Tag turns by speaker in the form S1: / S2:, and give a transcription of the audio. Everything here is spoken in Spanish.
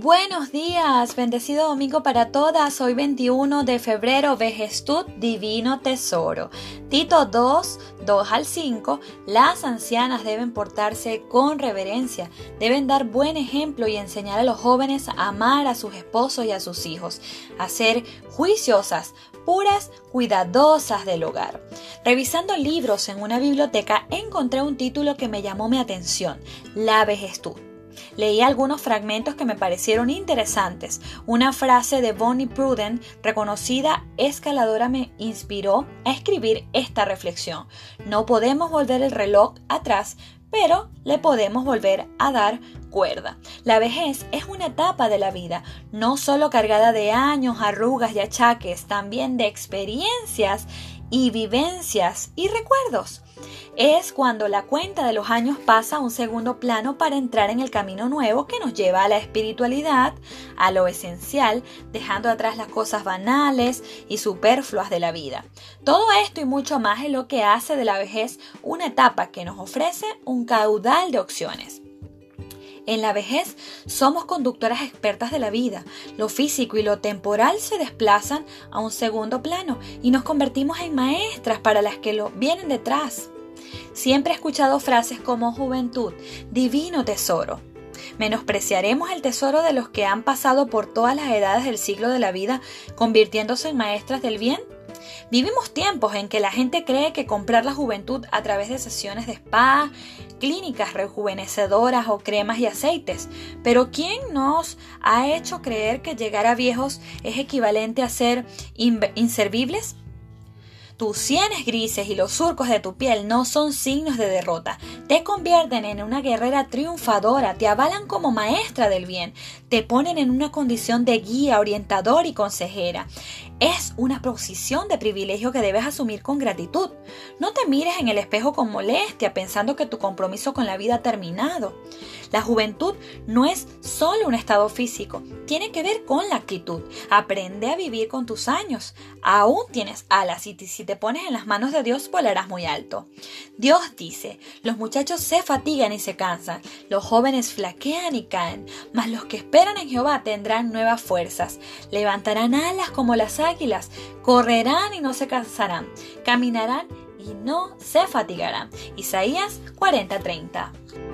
S1: Buenos días, bendecido domingo para todas. Hoy 21 de febrero, Vejestud, Divino Tesoro. Tito 2, 2 al 5. Las ancianas deben portarse con reverencia, deben dar buen ejemplo y enseñar a los jóvenes a amar a sus esposos y a sus hijos, a ser juiciosas, puras, cuidadosas del hogar. Revisando libros en una biblioteca, encontré un título que me llamó mi atención: La Vejestud. Leí algunos fragmentos que me parecieron interesantes. Una frase de Bonnie Pruden, reconocida escaladora, me inspiró a escribir esta reflexión. No podemos volver el reloj atrás, pero le podemos volver a dar cuerda. La vejez es una etapa de la vida, no solo cargada de años, arrugas y achaques, también de experiencias y vivencias y recuerdos. Es cuando la cuenta de los años pasa a un segundo plano para entrar en el camino nuevo que nos lleva a la espiritualidad, a lo esencial, dejando atrás las cosas banales y superfluas de la vida. Todo esto y mucho más es lo que hace de la vejez una etapa que nos ofrece un caudal de opciones. En la vejez somos conductoras expertas de la vida. Lo físico y lo temporal se desplazan a un segundo plano y nos convertimos en maestras para las que lo vienen detrás. Siempre he escuchado frases como juventud, divino tesoro. ¿Menospreciaremos el tesoro de los que han pasado por todas las edades del ciclo de la vida, convirtiéndose en maestras del bien? Vivimos tiempos en que la gente cree que comprar la juventud a través de sesiones de spa, clínicas rejuvenecedoras o cremas y aceites. Pero ¿quién nos ha hecho creer que llegar a viejos es equivalente a ser inservibles? Tus sienes grises y los surcos de tu piel no son signos de derrota. Te convierten en una guerrera triunfadora, te avalan como maestra del bien, te ponen en una condición de guía, orientador y consejera. Es una posición de privilegio que debes asumir con gratitud. No te mires en el espejo con molestia pensando que tu compromiso con la vida ha terminado. La juventud no es solo un estado físico, tiene que ver con la actitud. Aprende a vivir con tus años. Aún tienes alas y si te pones en las manos de Dios volarás muy alto. Dios dice: los muchachos se fatigan y se cansan, los jóvenes flaquean y caen, mas los que esperan en Jehová tendrán nuevas fuerzas, levantarán alas como las águilas, correrán y no se cansarán, caminarán y no se fatigarán. Isaías 40:30.